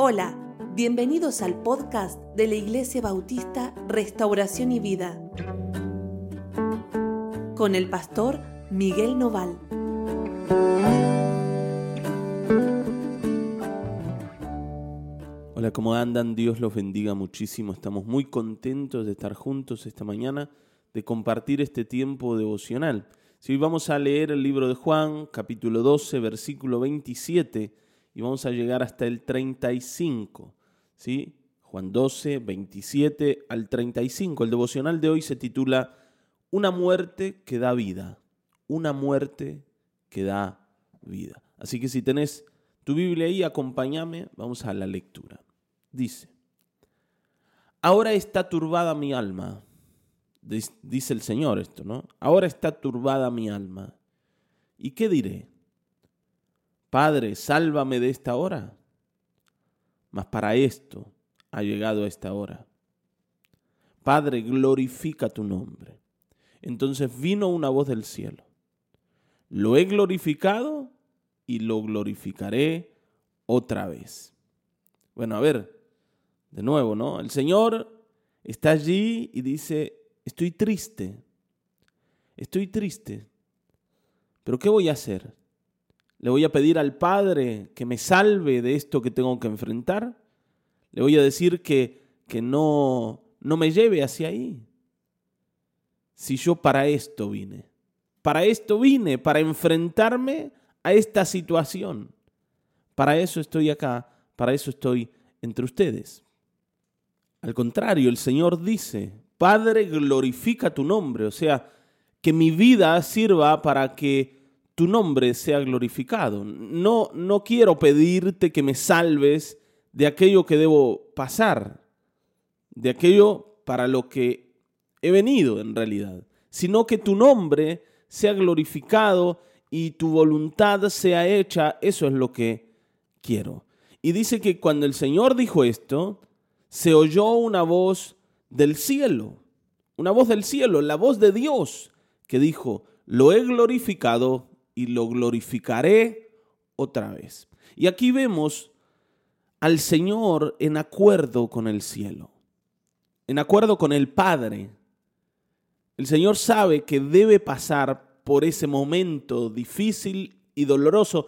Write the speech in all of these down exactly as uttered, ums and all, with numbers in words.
Hola, bienvenidos al podcast de la Iglesia Bautista Restauración y Vida con el pastor Miguel Noval. Hola, ¿cómo andan? Dios los bendiga muchísimo. Estamos muy contentos de estar juntos esta mañana, de compartir este tiempo devocional. Si hoy vamos a leer el libro de Juan, capítulo doce, versículo veintisiete, y vamos a llegar hasta el treinta y cinco, ¿sí? Juan doce, veintisiete al treinta y cinco. El devocional de hoy se titula Una muerte que da vida. Una muerte que da vida. Así que si tenés tu Biblia ahí, acompáñame, vamos a la lectura. Dice: Ahora está turbada mi alma. Dice el Señor esto, ¿no? Ahora está turbada mi alma. ¿Y qué diré? Padre, sálvame de esta hora. Mas para esto ha llegado esta hora. Padre, glorifica tu nombre. Entonces vino una voz del cielo. Lo he glorificado y lo glorificaré otra vez. Bueno, a ver, de nuevo, ¿no? El Señor está allí y dice: estoy triste, estoy triste, pero ¿qué voy a hacer? ¿Le voy a pedir al Padre que me salve de esto que tengo que enfrentar? ¿Le voy a decir que, que no, no me lleve hacia ahí? Si yo para esto vine, para esto vine, para enfrentarme a esta situación. Para eso estoy acá, para eso estoy entre ustedes. Al contrario, el Señor dice: Padre, glorifica tu nombre, o sea, que mi vida sirva para que tu nombre sea glorificado. No, no quiero pedirte que me salves de aquello que debo pasar, de aquello para lo que he venido en realidad, sino que tu nombre sea glorificado y tu voluntad sea hecha. Eso es lo que quiero. Y dice que cuando el Señor dijo esto, se oyó una voz del cielo, una voz del cielo, la voz de Dios, que dijo: lo he glorificado y lo glorificaré otra vez. Y aquí vemos al Señor en acuerdo con el cielo, en acuerdo con el Padre. El Señor sabe que debe pasar por ese momento difícil y doloroso.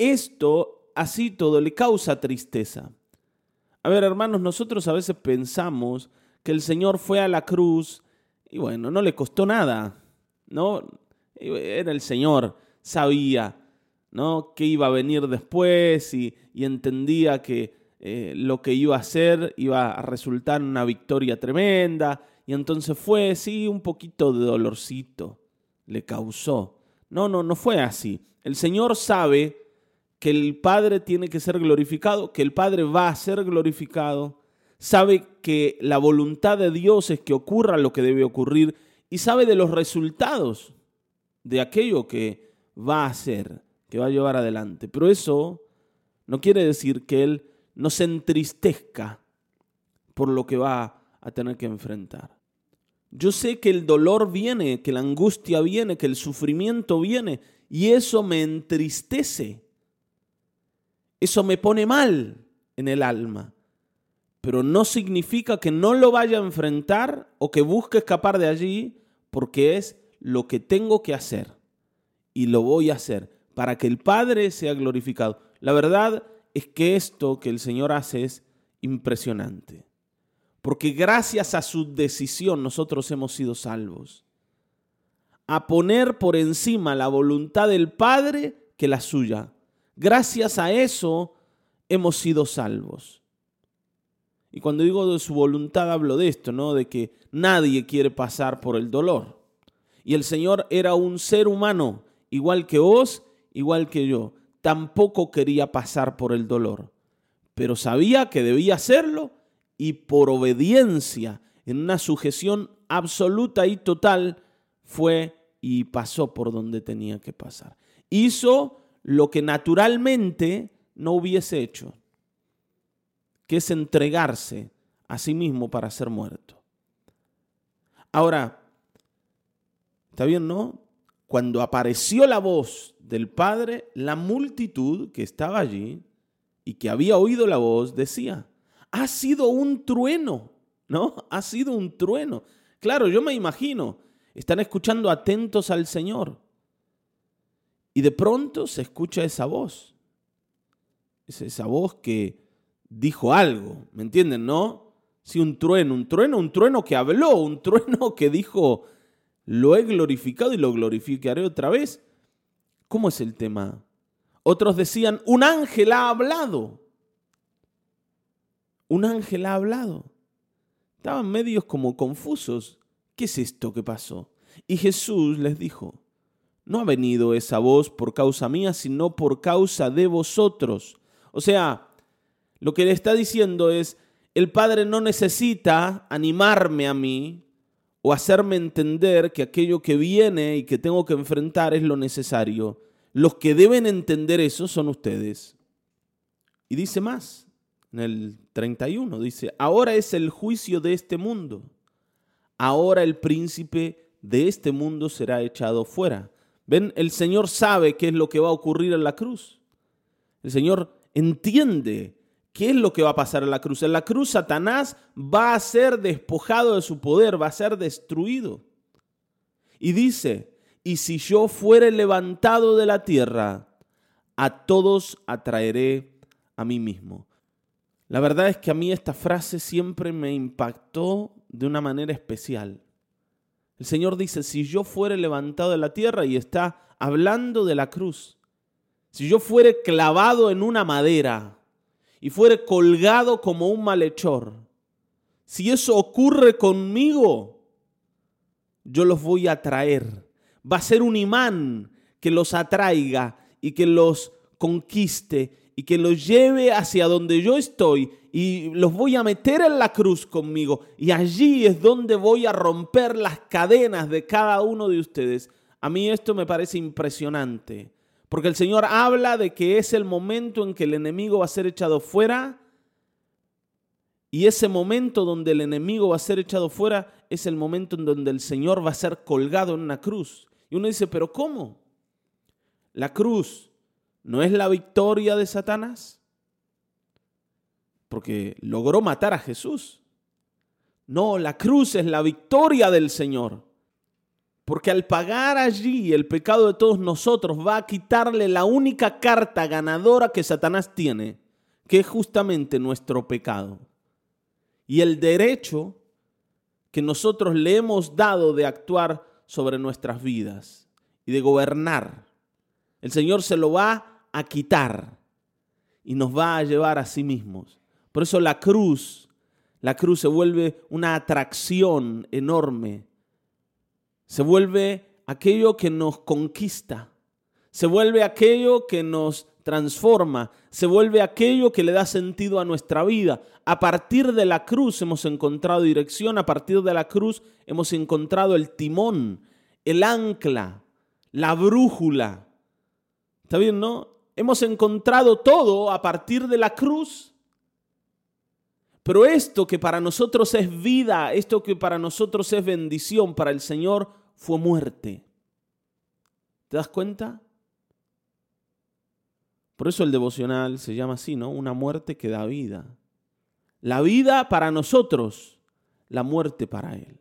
Esto, así todo, le causa tristeza. A ver, hermanos, nosotros a veces pensamos que el Señor fue a la cruz y bueno, no le costó nada, ¿no? Era el Señor, sabía, ¿no?, que iba a venir después y, y entendía que eh, lo que iba a hacer iba a resultar en una victoria tremenda, y entonces fue, sí, un poquito de dolorcito le causó. No, no, no fue así. El Señor sabe que el Padre tiene que ser glorificado, que el Padre va a ser glorificado, sabe que la voluntad de Dios es que ocurra lo que debe ocurrir y sabe de los resultados de aquello que va a hacer, que va a llevar adelante. Pero eso no quiere decir que Él no se entristezca por lo que va a tener que enfrentar. Yo sé que el dolor viene, que la angustia viene, que el sufrimiento viene, y eso me entristece. Eso me pone mal en el alma, pero no significa que no lo vaya a enfrentar o que busque escapar de allí, porque es lo que tengo que hacer y lo voy a hacer para que el Padre sea glorificado. La verdad es que esto que el Señor hace es impresionante, porque gracias a su decisión nosotros hemos sido salvos. A poner por encima la voluntad del Padre que la suya. Gracias a eso hemos sido salvos. Y cuando digo de su voluntad hablo de esto, ¿no? De que nadie quiere pasar por el dolor. Y el Señor era un ser humano, igual que vos, igual que yo. Tampoco quería pasar por el dolor, pero sabía que debía hacerlo y por obediencia, en una sujeción absoluta y total, fue y pasó por donde tenía que pasar. Hizo lo que naturalmente no hubiese hecho, que es entregarse a sí mismo para ser muerto. Ahora, ¿está bien, no? Cuando apareció la voz del Padre, la multitud que estaba allí y que había oído la voz decía, ha sido un trueno, ¿no? Ha sido un trueno. Claro, yo me imagino, están escuchando atentos al Señor y de pronto se escucha esa voz. Es esa voz que dijo algo, ¿me entienden, no? Sí, un trueno, un trueno, un trueno que habló, un trueno que dijo, lo he glorificado y lo glorificaré otra vez. ¿Cómo es el tema? Otros decían, un ángel ha hablado. Un ángel ha hablado. Estaban medios como confusos. ¿Qué es esto que pasó? Y Jesús les dijo, no ha venido esa voz por causa mía, sino por causa de vosotros. O sea, lo que le está diciendo es, el Padre no necesita animarme a mí o hacerme entender que aquello que viene y que tengo que enfrentar es lo necesario. Los que deben entender eso son ustedes. Y dice más, en el treinta y uno, dice, ahora es el juicio de este mundo. Ahora el príncipe de este mundo será echado fuera. ¿Ven? El Señor sabe qué es lo que va a ocurrir en la cruz. El Señor entiende qué es lo que va a pasar en la cruz. En la cruz Satanás va a ser despojado de su poder, va a ser destruido. Y dice, y si yo fuere levantado de la tierra, a todos atraeré a mí mismo. La verdad es que a mí esta frase siempre me impactó de una manera especial. El Señor dice, si yo fuere levantado de la tierra, y está hablando de la cruz, si yo fuere clavado en una madera y fuere colgado como un malhechor, si eso ocurre conmigo, yo los voy a traer. Va a ser un imán que los atraiga y que los conquiste y que los lleve hacia donde yo estoy y los voy a meter en la cruz conmigo. Y allí es donde voy a romper las cadenas de cada uno de ustedes. A mí esto me parece impresionante. Porque el Señor habla de que es el momento en que el enemigo va a ser echado fuera, y ese momento donde el enemigo va a ser echado fuera es el momento en donde el Señor va a ser colgado en una cruz. Y uno dice, ¿pero cómo? ¿La cruz no es la victoria de Satanás? Porque logró matar a Jesús. No, la cruz es la victoria del Señor. Porque al pagar allí el pecado de todos nosotros va a quitarle la única carta ganadora que Satanás tiene, que es justamente nuestro pecado. Y el derecho que nosotros le hemos dado de actuar sobre nuestras vidas y de gobernar. El Señor se lo va a quitar y nos va a llevar a sí mismos. Por eso la cruz, la cruz se vuelve una atracción enorme. Se vuelve aquello que nos conquista, se vuelve aquello que nos transforma, se vuelve aquello que le da sentido a nuestra vida. A partir de la cruz hemos encontrado dirección, a partir de la cruz hemos encontrado el timón, el ancla, la brújula. ¿Está bien, no? Hemos encontrado todo a partir de la cruz. Pero esto que para nosotros es vida, esto que para nosotros es bendición, para el Señor fue muerte. ¿Te das cuenta? Por eso el devocional se llama así, ¿no? Una muerte que da vida. La vida para nosotros, la muerte para Él.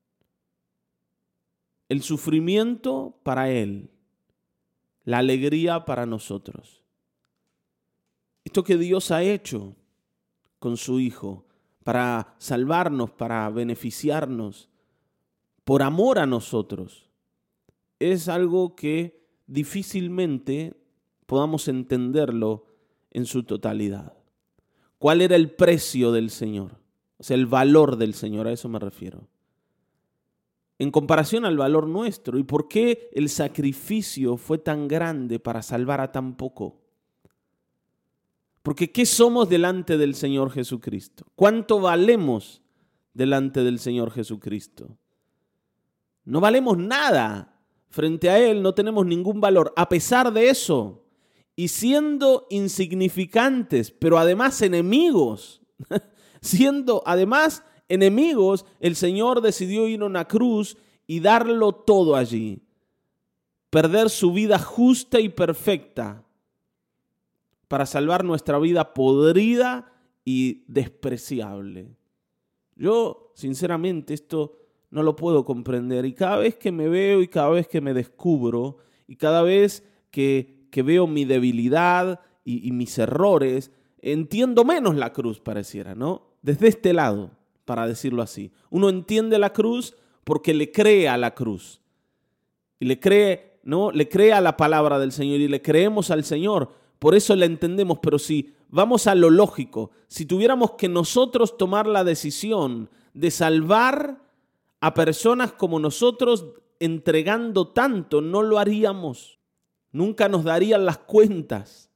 El sufrimiento para Él, la alegría para nosotros. Esto que Dios ha hecho con su Hijo para salvarnos, para beneficiarnos, por amor a nosotros, es algo que difícilmente podamos entenderlo en su totalidad. ¿Cuál era el precio del Señor? O sea, el valor del Señor, a eso me refiero. En comparación al valor nuestro. ¿Y por qué el sacrificio fue tan grande para salvar a tan poco? Porque ¿qué somos delante del Señor Jesucristo? ¿Cuánto valemos delante del Señor Jesucristo? No valemos nada. Frente a Él no tenemos ningún valor. A pesar de eso, y siendo insignificantes, pero además enemigos, siendo además enemigos, el Señor decidió ir a una cruz y darlo todo allí. Perder su vida justa y perfecta para salvar nuestra vida podrida y despreciable. Yo, sinceramente, esto no lo puedo comprender. Y cada vez que me veo y cada vez que me descubro y cada vez que, que veo mi debilidad y, y mis errores, entiendo menos la cruz, pareciera, ¿no? Desde este lado, para decirlo así. Uno entiende la cruz porque le cree a la cruz. Y le cree, ¿no? Le cree a la palabra del Señor y le creemos al Señor. Por eso la entendemos, pero si vamos a lo lógico, si tuviéramos que nosotros tomar la decisión de salvar a personas como nosotros entregando tanto, no lo haríamos. Nunca nos darían las cuentas.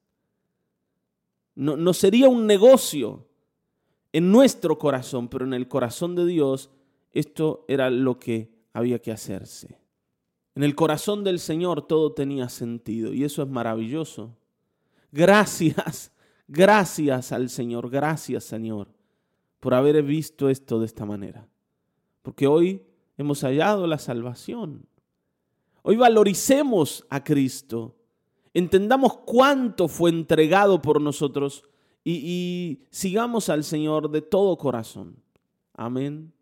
No, no sería un negocio en nuestro corazón, pero en el corazón de Dios esto era lo que había que hacerse. En el corazón del Señor todo tenía sentido y eso es maravilloso. Gracias, gracias al Señor, gracias Señor por haber visto esto de esta manera. Porque hoy hemos hallado la salvación. Hoy valoricemos a Cristo. Entendamos cuánto fue entregado por nosotros y, y sigamos al Señor de todo corazón. Amén.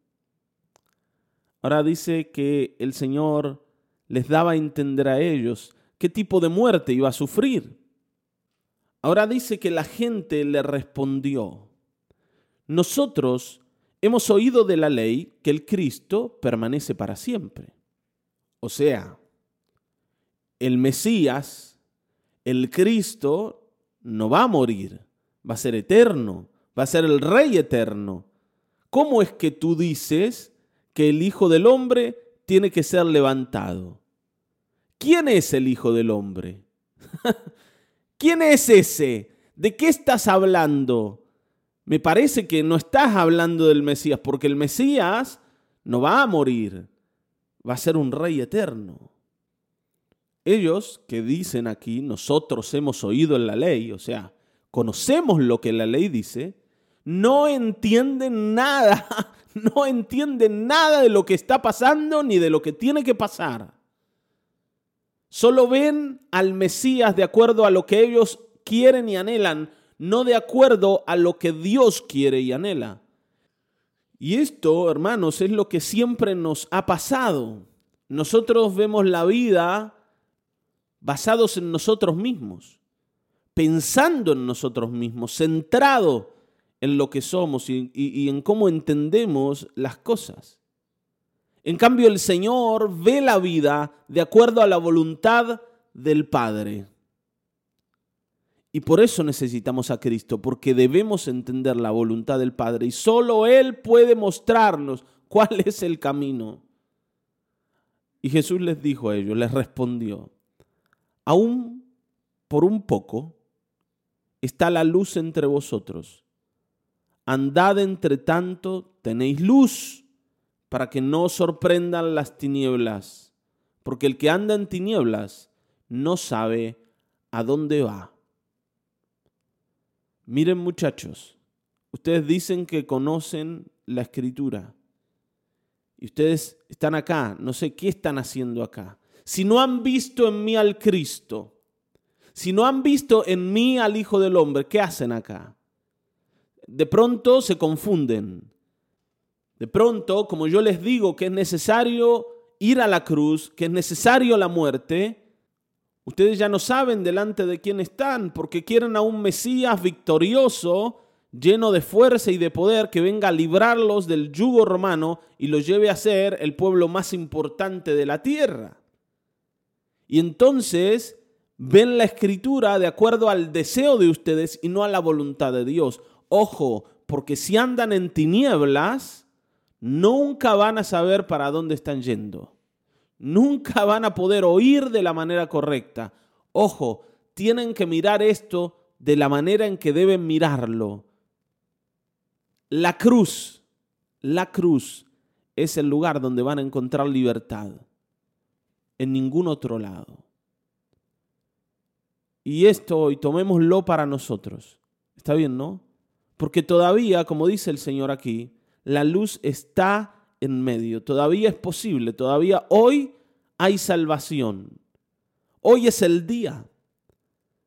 Ahora dice que el Señor les daba a entender a ellos qué tipo de muerte iba a sufrir. Ahora dice que la gente le respondió: nosotros hemos oído de la ley que el Cristo permanece para siempre. O sea, el Mesías, el Cristo, no va a morir, va a ser eterno, va a ser el Rey eterno. ¿Cómo es que tú dices que el Hijo del Hombre tiene que ser levantado? ¿Quién es el Hijo del Hombre? ¿Quién es ese? ¿De qué estás hablando? Me parece que no estás hablando del Mesías, porque el Mesías no va a morir, va a ser un Rey eterno. Ellos que dicen aquí, nosotros hemos oído en la ley, o sea, conocemos lo que la ley dice, no entienden nada, no entienden nada de lo que está pasando ni de lo que tiene que pasar. Solo ven al Mesías de acuerdo a lo que ellos quieren y anhelan, no de acuerdo a lo que Dios quiere y anhela. Y esto, hermanos, es lo que siempre nos ha pasado. Nosotros vemos la vida basados en nosotros mismos, pensando en nosotros mismos, centrado en lo que somos y, y, y en cómo entendemos las cosas. En cambio, el Señor ve la vida de acuerdo a la voluntad del Padre. Y por eso necesitamos a Cristo, porque debemos entender la voluntad del Padre y solo Él puede mostrarnos cuál es el camino. Y Jesús les dijo a ellos, les respondió: aún por un poco está la luz entre vosotros. Andad entre tanto, tenéis luz, para que no os sorprendan las tinieblas, porque el que anda en tinieblas no sabe a dónde va. Miren, muchachos, ustedes dicen que conocen la Escritura y ustedes están acá, no sé qué están haciendo acá. Si no han visto en mí al Cristo, si no han visto en mí al Hijo del Hombre, ¿qué hacen acá? De pronto se confunden. De pronto, como yo les digo que es necesario ir a la cruz, que es necesario la muerte, ustedes ya no saben delante de quién están, porque quieren a un Mesías victorioso, lleno de fuerza y de poder, que venga a librarlos del yugo romano y los lleve a ser el pueblo más importante de la tierra. Y entonces ven la Escritura de acuerdo al deseo de ustedes y no a la voluntad de Dios. Ojo, porque si andan en tinieblas, nunca van a saber para dónde están yendo. Nunca van a poder oír de la manera correcta. Ojo, tienen que mirar esto de la manera en que deben mirarlo. La cruz, la cruz es el lugar donde van a encontrar libertad. En ningún otro lado. Y esto hoy tomémoslo para nosotros. ¿Está bien, no? Porque todavía, como dice el Señor aquí, la luz está en medio. Todavía es posible. Todavía hoy hay salvación. Hoy es el día.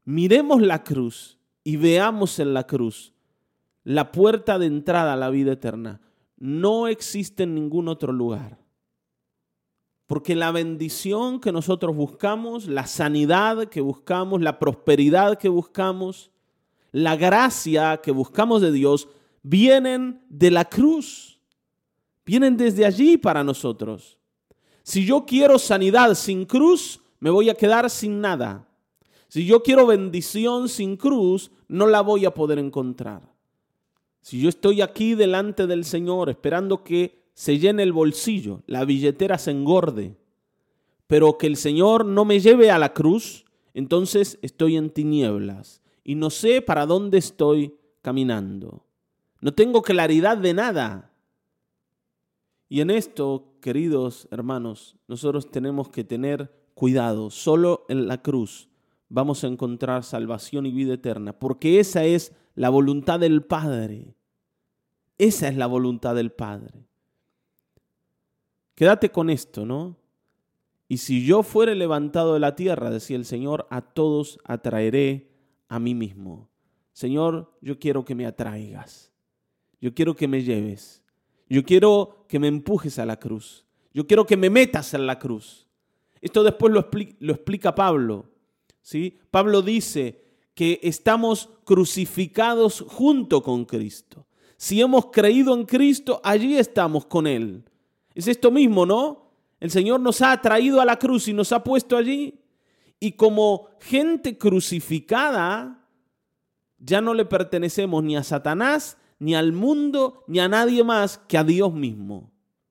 Miremos la cruz y veamos en la cruz la puerta de entrada a la vida eterna. No existe en ningún otro lugar. Porque la bendición que nosotros buscamos, la sanidad que buscamos, la prosperidad que buscamos, la gracia que buscamos de Dios, vienen de la cruz. Vienen desde allí para nosotros. Si yo quiero sanidad sin cruz, me voy a quedar sin nada. Si yo quiero bendición sin cruz, no la voy a poder encontrar. Si yo estoy aquí delante del Señor esperando que se llene el bolsillo, la billetera se engorde, pero que el Señor no me lleve a la cruz, entonces estoy en tinieblas y no sé para dónde estoy caminando. No tengo claridad de nada. Y en esto, queridos hermanos, nosotros tenemos que tener cuidado. Solo en la cruz vamos a encontrar salvación y vida eterna, porque esa es la voluntad del Padre. Esa es la voluntad del Padre. Quédate con esto, ¿no? Y si yo fuere levantado de la tierra, decía el Señor, a todos atraeré a mí mismo. Señor, yo quiero que me atraigas. Yo quiero que me lleves. Yo quiero que me empujes a la cruz. Yo quiero que me metas en la cruz. Esto después lo explica, lo explica Pablo, ¿sí? Pablo dice que estamos crucificados junto con Cristo. Si hemos creído en Cristo, allí estamos con Él. Es esto mismo, ¿no? El Señor nos ha traído a la cruz y nos ha puesto allí. Y como gente crucificada, ya no le pertenecemos ni a Satanás, ni al mundo, ni a nadie más que a Dios mismo.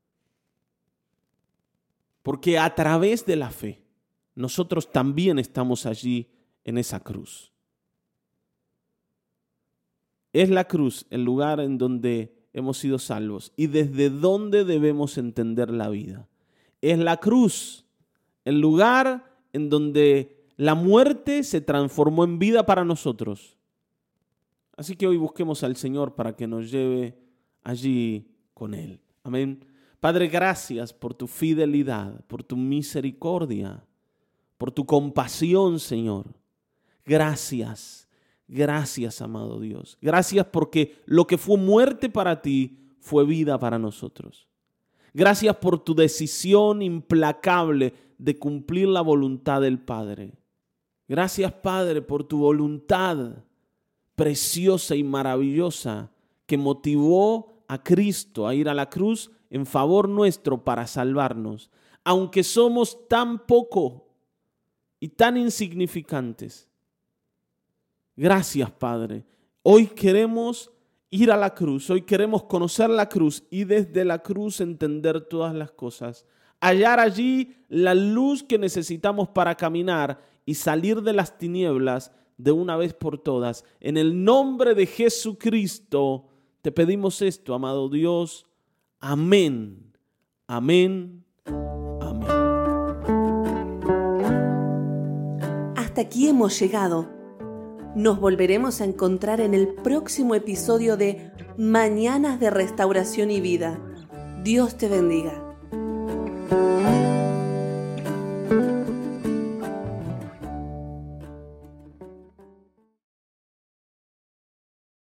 Porque a través de la fe, nosotros también estamos allí en esa cruz. Es la cruz el lugar en donde hemos sido salvos y desde donde debemos entender la vida. Es la cruz el lugar en donde la muerte se transformó en vida para nosotros. Así que hoy busquemos al Señor para que nos lleve allí con Él. Amén. Padre, gracias por tu fidelidad, por tu misericordia, por tu compasión, Señor. Gracias, gracias, amado Dios. Gracias porque lo que fue muerte para ti fue vida para nosotros. Gracias por tu decisión implacable de cumplir la voluntad del Padre. Gracias, Padre, por tu voluntad preciosa y maravillosa que motivó a Cristo a ir a la cruz en favor nuestro para salvarnos. Aunque somos tan poco y tan insignificantes. Gracias, Padre. Hoy queremos ir a la cruz, hoy queremos conocer la cruz y desde la cruz entender todas las cosas. Hallar allí la luz que necesitamos para caminar y salir de las tinieblas de una vez por todas. En el nombre de Jesucristo te pedimos esto, amado Dios. Amén. Amén. Amén. Hasta aquí hemos llegado. Nos volveremos a encontrar en el próximo episodio de Mañanas de Restauración y Vida. Dios te bendiga.